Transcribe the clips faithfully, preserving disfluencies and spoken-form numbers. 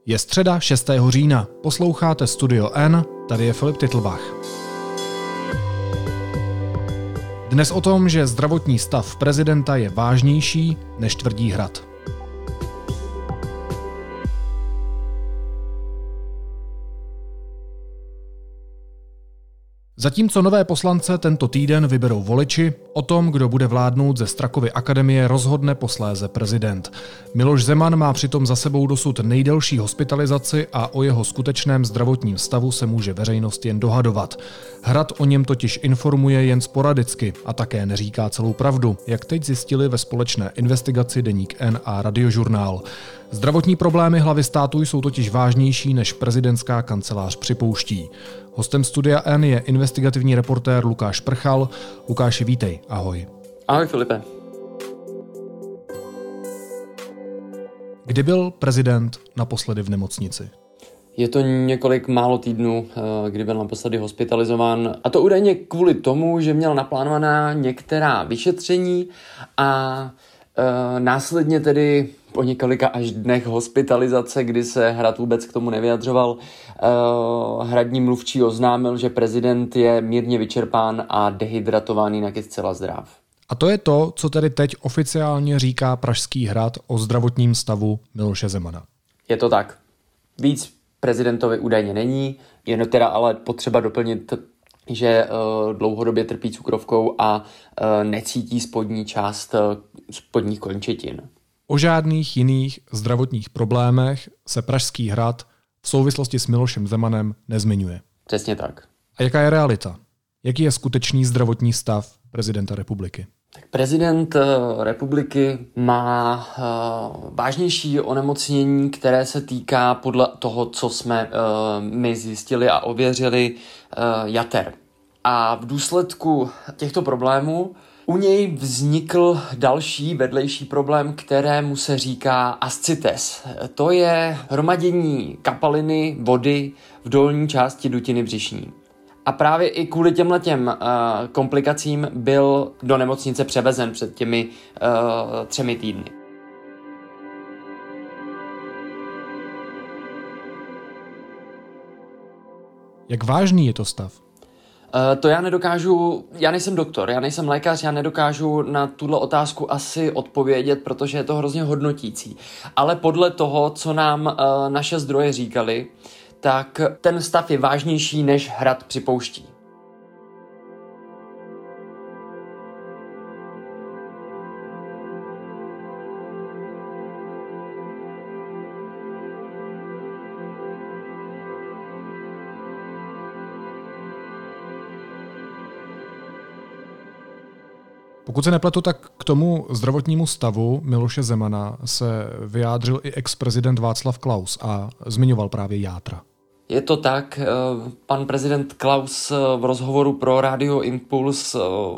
Je středa šestého října, posloucháte Studio N, tady je Filip Titlbach. Dnes o tom, že zdravotní stav prezidenta je vážnější, než tvrdí Hrad. Zatímco nové poslance tento týden vyberou voliči, o tom, kdo bude vládnout ze Strakovy akademie, rozhodne posléze prezident. Miloš Zeman má přitom za sebou dosud nejdelší hospitalizaci a o jeho skutečném zdravotním stavu se může veřejnost jen dohadovat. Hrad o něm totiž informuje jen sporadicky a také neříká celou pravdu, jak teď zjistili ve společné investigaci Deník N a Radiožurnál. Zdravotní problémy hlavy státu jsou totiž vážnější, než prezidentská kancelář připouští. Hostem Studia N je investigativní reportér Lukáš Prchal. Lukáši, vítej, ahoj. Ahoj Filipe. Kdy byl prezident naposledy v nemocnici? Je to několik málo týdnů, kdy byl naposledy hospitalizován, a to údajně kvůli tomu, že měl naplánovaná některá vyšetření a e, následně tedy po několika až dnech hospitalizace, kdy se Hrad vůbec k tomu nevyjadřoval, e, hradní mluvčí oznámil, že prezident je mírně vyčerpán a dehydratovaný, jinak je zcela zdrav. A to je to, co tedy teď oficiálně říká Pražský hrad o zdravotním stavu Miloše Zemana. Je to tak. Víc prezidentovi údajně není, jen teda ale potřeba doplnit, že uh, dlouhodobě trpí cukrovkou a uh, necítí spodní část uh, spodních končetin. O žádných jiných zdravotních problémech se Pražský hrad v souvislosti s Milošem Zemanem nezmiňuje. Přesně tak. A jaká je realita? Jaký je skutečný zdravotní stav prezidenta republiky? Tak prezident uh, republiky má uh, vážnější onemocnění, které se týká podle toho, co jsme uh, my zjistili a ověřili, uh, jater. A v důsledku těchto problémů u něj vznikl další vedlejší problém, kterému se říká ascites. To je hromadění kapaliny vody v dolní části dutiny břišní. A právě i kvůli těmhletěm uh, komplikacím byl do nemocnice převezen před těmi uh, třemi týdny. Jak vážný je to stav? Uh, to já nedokážu, já nejsem doktor, já nejsem lékař, já nedokážu na tuhle otázku asi odpovědět, protože je to hrozně hodnotící. Ale podle toho, co nám uh, naše zdroje říkali, tak ten stav je vážnější, než Hrad připouští. Pokud se nepletu, tak k tomu zdravotnímu stavu Miloše Zemana se vyjádřil i ex-prezident Václav Klaus a zmiňoval právě játra. Je to tak, pan prezident Klaus v rozhovoru pro Radio Impuls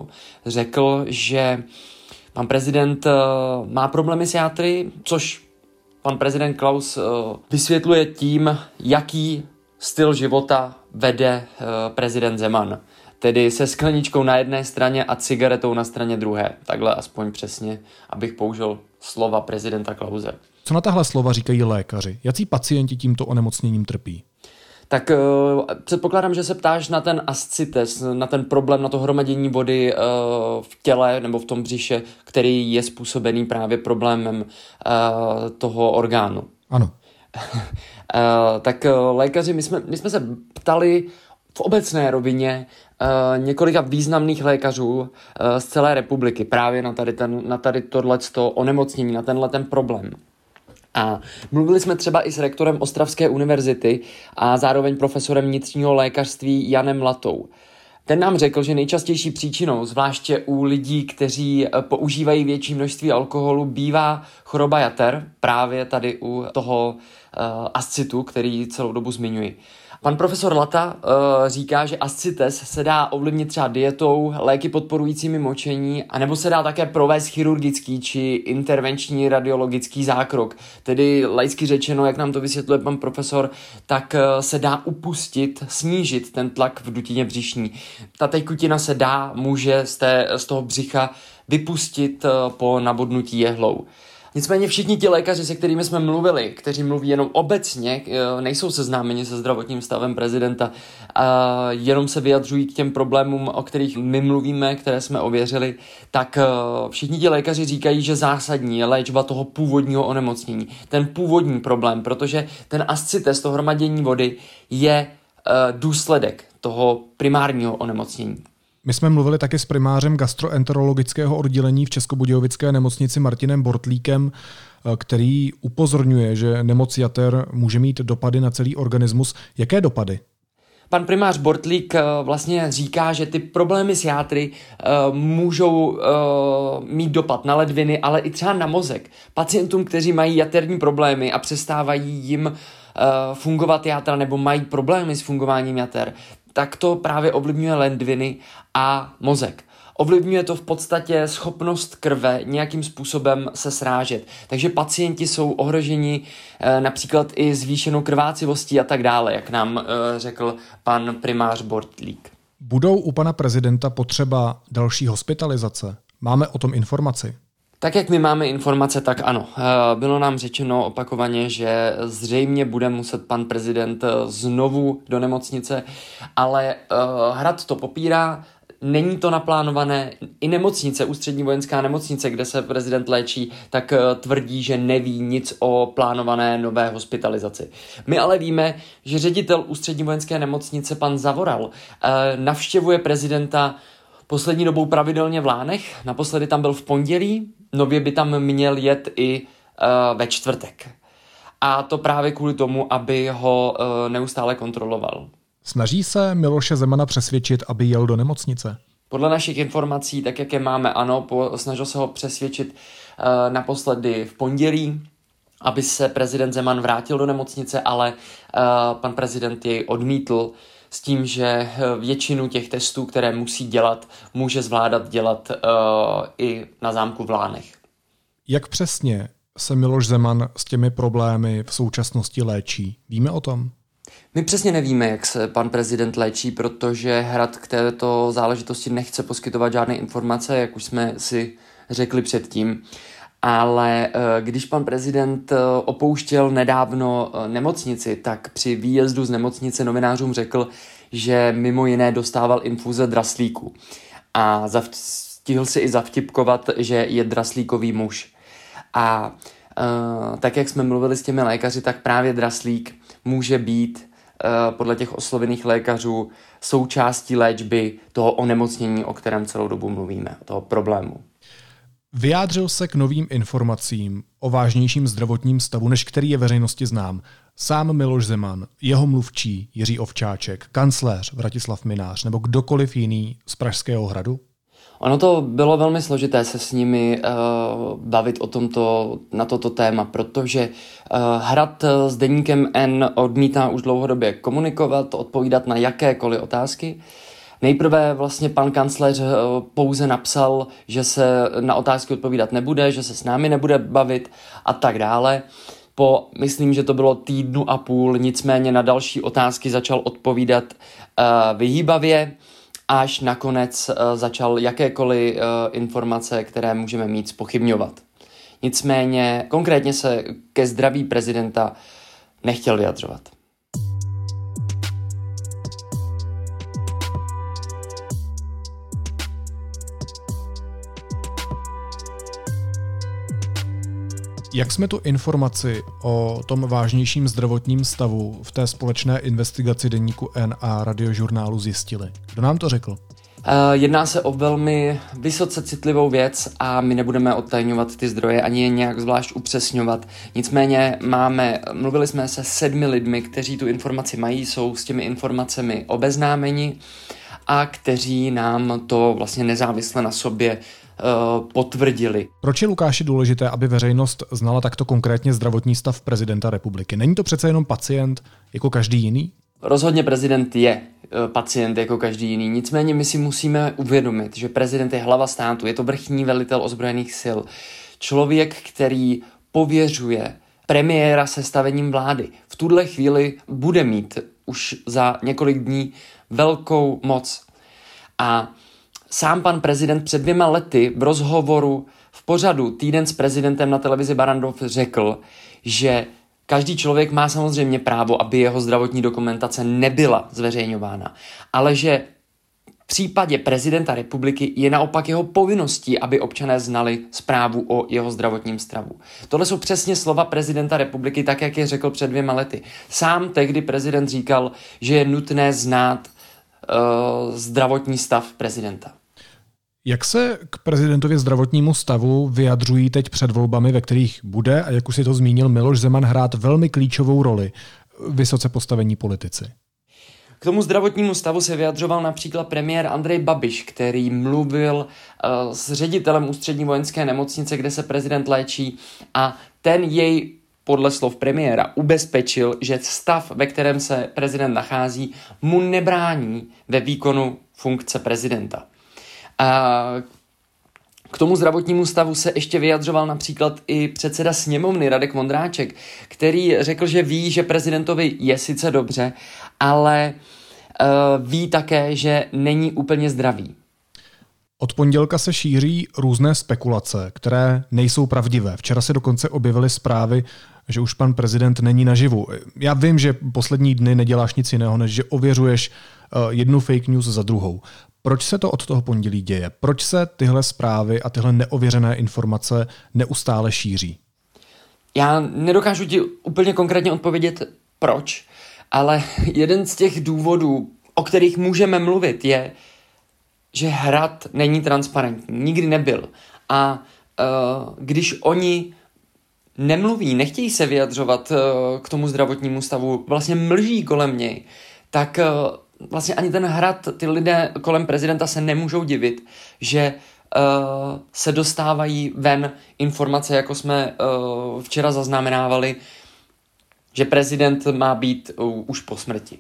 řekl, že pan prezident má problémy s játry, což pan prezident Klaus vysvětluje tím, jaký styl života vede prezident Zeman. Tedy se skleničkou na jedné straně a cigaretou na straně druhé. Takhle aspoň přesně, abych použil slova prezidenta Klause. Co na tahle slova říkají lékaři? Jací pacienti tímto onemocněním trpí? Tak uh, předpokládám, že se ptáš na ten ascites, na ten problém, na to hromadění vody uh, v těle nebo v tom břiše, který je způsobený právě problémem uh, toho orgánu. Ano. uh, tak uh, lékaři, my jsme, my jsme se ptali v obecné rovině uh, několika významných lékařů uh, z celé republiky právě na tady, ten, na tady tohleto onemocnění, na tenhle ten problém. A mluvili jsme třeba i s rektorem Ostravské univerzity a zároveň profesorem vnitřního lékařství Janem Latou. Ten nám řekl, že nejčastější příčinou, zvláště u lidí, kteří používají větší množství alkoholu, bývá choroba jater, právě tady u toho uh, ascitu, který celou dobu zmiňuji. Pan profesor Lata uh, říká, že ascites se dá ovlivnit třeba dietou, léky podporujícími močení, anebo se dá také provést chirurgický či intervenční radiologický zákrok. Tedy laicky řečeno, jak nám to vysvětluje pan profesor, tak uh, se dá upustit, snížit ten tlak v dutině břišní. Ta tekutina se dá, může z, té, z toho břicha vypustit uh, po nabodnutí jehlou. Nicméně všichni ti lékaři, se kterými jsme mluvili, kteří mluví jenom obecně, nejsou seznámeni se zdravotním stavem prezidenta, a jenom se vyjadřují k těm problémům, o kterých my mluvíme, které jsme ověřili, tak všichni ti lékaři říkají, že zásadní je léčba toho původního onemocnění. Ten původní problém, protože ten ascites, to hromadění vody, je důsledek toho primárního onemocnění. My jsme mluvili taky s primářem gastroenterologického oddělení v Českobudějovické nemocnici Martinem Bortlíkem, který upozorňuje, že nemoc jater může mít dopady na celý organismus. Jaké dopady? Pan primář Bortlík vlastně říká, že ty problémy s játry uh, můžou uh, mít dopad na ledviny, ale i třeba na mozek. Pacientům, kteří mají jaterní problémy a přestávají jim uh, fungovat játra nebo mají problémy s fungováním jater, tak to právě ovlivňuje ledviny a mozek. Ovlivňuje to v podstatě schopnost krve nějakým způsobem se srážet. Takže pacienti jsou ohroženi e, například i zvýšenou krvácivostí a tak dále, jak nám e, řekl pan primář Bortlík. Budou u pana prezidenta potřeba další hospitalizace? Máme o tom informaci? Tak jak my máme informace, tak ano. Bylo nám řečeno opakovaně, že zřejmě bude muset pan prezident znovu do nemocnice, ale Hrad to popírá, není to naplánované. I nemocnice, Ústřední vojenská nemocnice, kde se prezident léčí, tak tvrdí, že neví nic o plánované nové hospitalizaci. My ale víme, že ředitel Ústřední vojenské nemocnice, pan Zavoral, navštěvuje prezidenta poslední dobou pravidelně v Lánech, naposledy tam byl v pondělí, nově by tam měl jet i uh, ve čtvrtek. A to právě kvůli tomu, aby ho uh, neustále kontroloval. Snaží se Miloše Zemana přesvědčit, aby jel do nemocnice? Podle našich informací, tak jak je máme, ano, po, snažil se ho přesvědčit uh, naposledy v pondělí, aby se prezident Zeman vrátil do nemocnice, ale uh, pan prezident jej odmítl s tím, že většinu těch testů, které musí dělat, může zvládat dělat uh, i na zámku v Lánech. Jak přesně se Miloš Zeman s těmi problémy v současnosti léčí? Víme o tom? My přesně nevíme, jak se pan prezident léčí, protože Hrad k této záležitosti nechce poskytovat žádné informace, jak už jsme si řekli předtím. Ale když pan prezident opouštěl nedávno nemocnici, tak při výjezdu z nemocnice novinářům řekl, že mimo jiné dostával infuze draslíku. A stihl si i zavtipkovat, že je draslíkový muž. A uh, tak, jak jsme mluvili s těmi lékaři, tak právě draslík může být uh, podle těch oslovených lékařů součástí léčby toho onemocnění, o kterém celou dobu mluvíme, toho problému. Vyjádřil se k novým informacím o vážnějším zdravotním stavu, než který je veřejnosti znám. Sám Miloš Zeman, jeho mluvčí Jiří Ovčáček, kancléř Vratislav Mynář nebo kdokoliv jiný z Pražského hradu? Ono to bylo velmi složité se s nimi uh, bavit o tomto, na toto téma, protože uh, Hrad s deníkem N odmítá už dlouhodobě komunikovat, odpovídat na jakékoliv otázky. Nejprve vlastně pan kancléř pouze napsal, že se na otázky odpovídat nebude, že se s námi nebude bavit a tak dále. Po, myslím, že to bylo týdnu a půl, nicméně na další otázky začal odpovídat uh, vyhýbavě, až nakonec uh, začal jakékoliv uh, informace, které můžeme mít, zpochybňovat. Nicméně konkrétně se ke zdraví prezidenta nechtěl vyjadřovat. Jak jsme tu informaci o tom vážnějším zdravotním stavu v té společné investigaci deníku N a Radiožurnálu zjistili? Kdo nám to řekl? Jedná se o velmi vysoce citlivou věc a my nebudeme odtajňovat ty zdroje ani je nějak zvlášť upřesňovat. Nicméně máme, mluvili jsme se sedmi lidmi, kteří tu informaci mají, jsou s těmi informacemi obeznámeni a kteří nám to vlastně nezávisle na sobě potvrdili. Proč je, Lukáši, důležité, aby veřejnost znala takto konkrétně zdravotní stav prezidenta republiky? Není to přece jenom pacient jako každý jiný? Rozhodně prezident je pacient jako každý jiný. Nicméně my si musíme uvědomit, že prezident je hlava státu, je to vrchní velitel ozbrojených sil. Člověk, který pověřuje premiéra sestavením vlády. V tuhle chvíli bude mít už za několik dní velkou moc. A sám pan prezident před dvěma lety v rozhovoru v pořadu Týden s prezidentem na televizi Barrandov řekl, že každý člověk má samozřejmě právo, aby jeho zdravotní dokumentace nebyla zveřejňována, ale že v případě prezidenta republiky je naopak jeho povinností, aby občané znali zprávu o jeho zdravotním stavu. Tohle jsou přesně slova prezidenta republiky, tak jak je řekl před dvěma lety. Sám tehdy prezident říkal, že je nutné znát uh, zdravotní stav prezidenta. Jak se k prezidentově zdravotnímu stavu vyjadřují teď před volbami, ve kterých bude, a jak už si to zmínil, Miloš Zeman hrát velmi klíčovou roli vysoce postavení politici? K tomu zdravotnímu stavu se vyjadřoval například premiér Andrej Babiš, který mluvil uh, s ředitelem ústřední vojenské nemocnice, kde se prezident léčí, a ten jej podle slov premiéra ubezpečil, že stav, ve kterém se prezident nachází, mu nebrání ve výkonu funkce prezidenta. A k tomu zdravotnímu stavu se ještě vyjadřoval například i předseda sněmovny Radek Vondráček, který řekl, že ví, že prezidentovi je sice dobře, ale uh, ví také, že není úplně zdravý. Od pondělka se šíří různé spekulace, které nejsou pravdivé. Včera se dokonce objevily zprávy, že už pan prezident není naživu. Já vím, že poslední dny neděláš nic jiného, než že ověřuješ uh, jednu fake news za druhou. Proč se to od toho pondělí děje? Proč se tyhle zprávy a tyhle neověřené informace neustále šíří? Já nedokážu ti úplně konkrétně odpovědět proč, ale jeden z těch důvodů, o kterých můžeme mluvit, je, že Hrad není transparentní, nikdy nebyl. A uh, když oni nemluví, nechtějí se vyjadřovat uh, k tomu zdravotnímu stavu, vlastně mlží kolem něj, tak uh, vlastně ani ten Hrad, ty lidé kolem prezidenta se nemůžou divit, že uh, se dostávají ven informace, jako jsme uh, včera zaznamenávali, že prezident má být uh, už po smrti.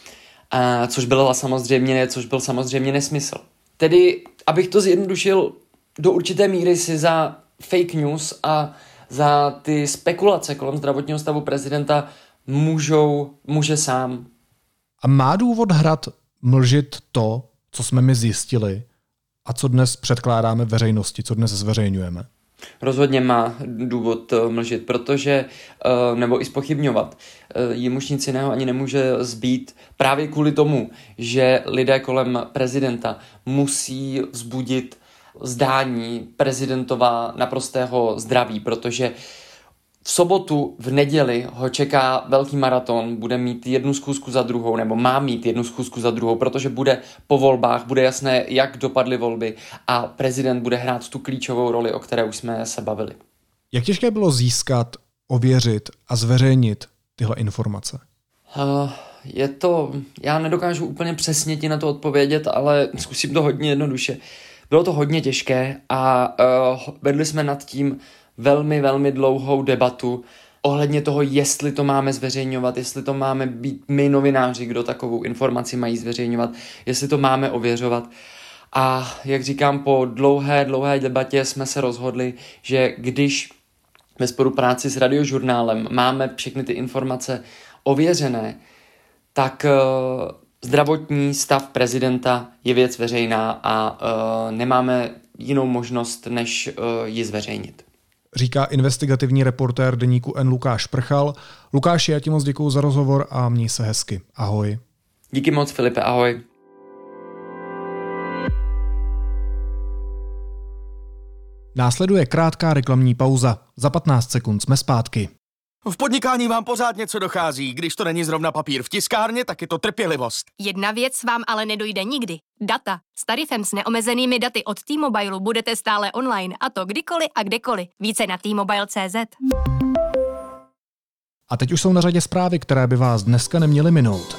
Uh, což byl samozřejmě, což byl samozřejmě nesmysl. Tedy, abych to zjednodušil, do určité míry si za fake news a za ty spekulace kolem zdravotního stavu prezidenta můžou, může sám. A má důvod Hrad mlžit to, co jsme my zjistili a co dnes předkládáme veřejnosti, co dnes zveřejňujeme? Rozhodně má důvod mlžit, protože, nebo i zpochybňovat, jemu nic jiného ani nemůže zbýt právě kvůli tomu, že lidé kolem prezidenta musí vzbudit zdání prezidentova naprostého zdraví, protože v sobotu, v neděli ho čeká velký maraton, bude mít jednu schůzku za druhou, nebo má mít jednu schůzku za druhou, protože bude po volbách, bude jasné, jak dopadly volby a prezident bude hrát tu klíčovou roli, o které už jsme se bavili. Jak těžké bylo získat, ověřit a zveřejnit tyhle informace? Uh, je to, já nedokážu úplně přesně ti na to odpovědět, ale zkusím to hodně jednoduše. Bylo to hodně těžké a uh, vedli jsme nad tím velmi, velmi dlouhou debatu ohledně toho, jestli to máme zveřejňovat, jestli to máme být my novináři, kdo takovou informaci mají zveřejňovat, jestli to máme ověřovat. A jak říkám, po dlouhé, dlouhé debatě jsme se rozhodli, že když ve spolupráci s Radiožurnálem máme všechny ty informace ověřené, tak uh, zdravotní stav prezidenta je věc veřejná a uh, nemáme jinou možnost, než uh, ji zveřejnit. Říká investigativní reportér deníku N Lukáš Prchal. Lukáši, já ti moc děkuju za rozhovor a měj se hezky. Ahoj. Díky moc, Filipe, ahoj. Následuje krátká reklamní pauza. Za patnáct sekund jsme zpátky. V podnikání vám pořád něco dochází. Když to není zrovna papír v tiskárně, tak je to trpělivost. Jedna věc vám ale nedojde nikdy. Data. S tarifem s neomezenými daty od T-Mobilu budete stále online, a to kdykoliv a kdekoliv. Více na T Mobile tečka cé zet. A teď už jsou na řadě zprávy, které by vás dneska neměly minout.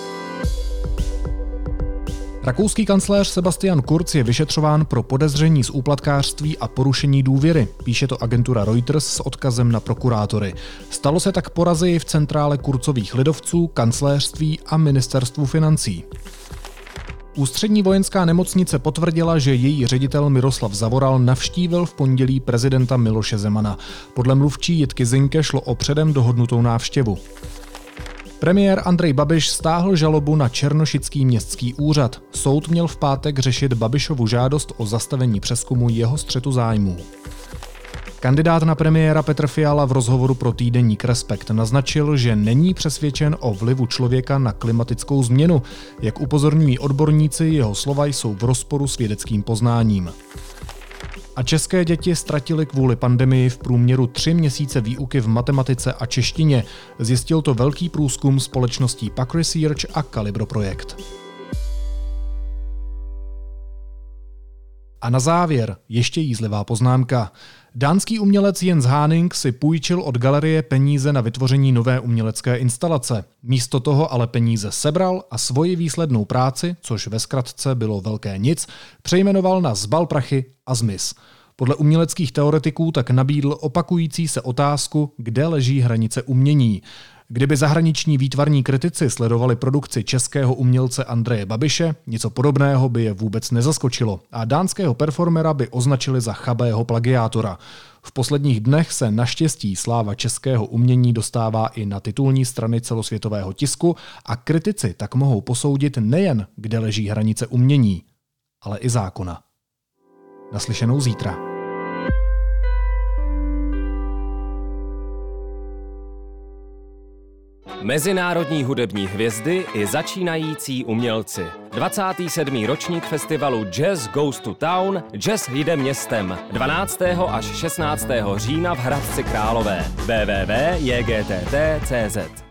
Rakouský kancléř Sebastian Kurz je vyšetřován pro podezření z úplatkářství a porušení důvěry, píše to agentura Reuters s odkazem na prokurátory. Stalo se tak po razii v centrále Kurzových lidovců, kancléřství a ministerstvu financí. Ústřední vojenská nemocnice potvrdila, že její ředitel Miroslav Zavoral navštívil v pondělí prezidenta Miloše Zemana. Podle mluvčí Jitky Zinke šlo o předem dohodnutou návštěvu. Premiér Andrej Babiš stáhl žalobu na Černošický městský úřad. Soud měl v pátek řešit Babišovu žádost o zastavení přezkumu jeho střetu zájmů. Kandidát na premiéra Petr Fiala v rozhovoru pro týdeník Respekt naznačil, že není přesvědčen o vlivu člověka na klimatickou změnu. Jak upozorňují odborníci, jeho slova jsou v rozporu s vědeckým poznáním. A české děti ztratily kvůli pandemii v průměru tři měsíce výuky v matematice a češtině. Zjistil to velký průzkum společností Pak Research a Kalibro Projekt. A na závěr ještě jízlivá poznámka. Dánský umělec Jens Haning si půjčil od galerie peníze na vytvoření nové umělecké instalace. Místo toho ale peníze sebral a svoji výslednou práci, což ve zkratce bylo velké nic, přejmenoval na Zbal prachy a zmiz. Podle uměleckých teoretiků tak nabídl opakující se otázku, kde leží hranice umění. Kdyby zahraniční výtvarní kritici sledovali produkci českého umělce Andreje Babiše, něco podobného by je vůbec nezaskočilo a dánského performera by označili za chabého plagiátora. V posledních dnech se naštěstí sláva českého umění dostává i na titulní strany celosvětového tisku a kritici tak mohou posoudit nejen, kde leží hranice umění, ale i zákona. Naslyšenou zítra. Mezinárodní hudební hvězdy i začínající umělci. dvacátý sedmý ročník festivalu Jazz Goes to Town, Jazz jde městem. dvanáctého až šestnáctého října v Hradci Králové. w w w tečka j g t t tečka c z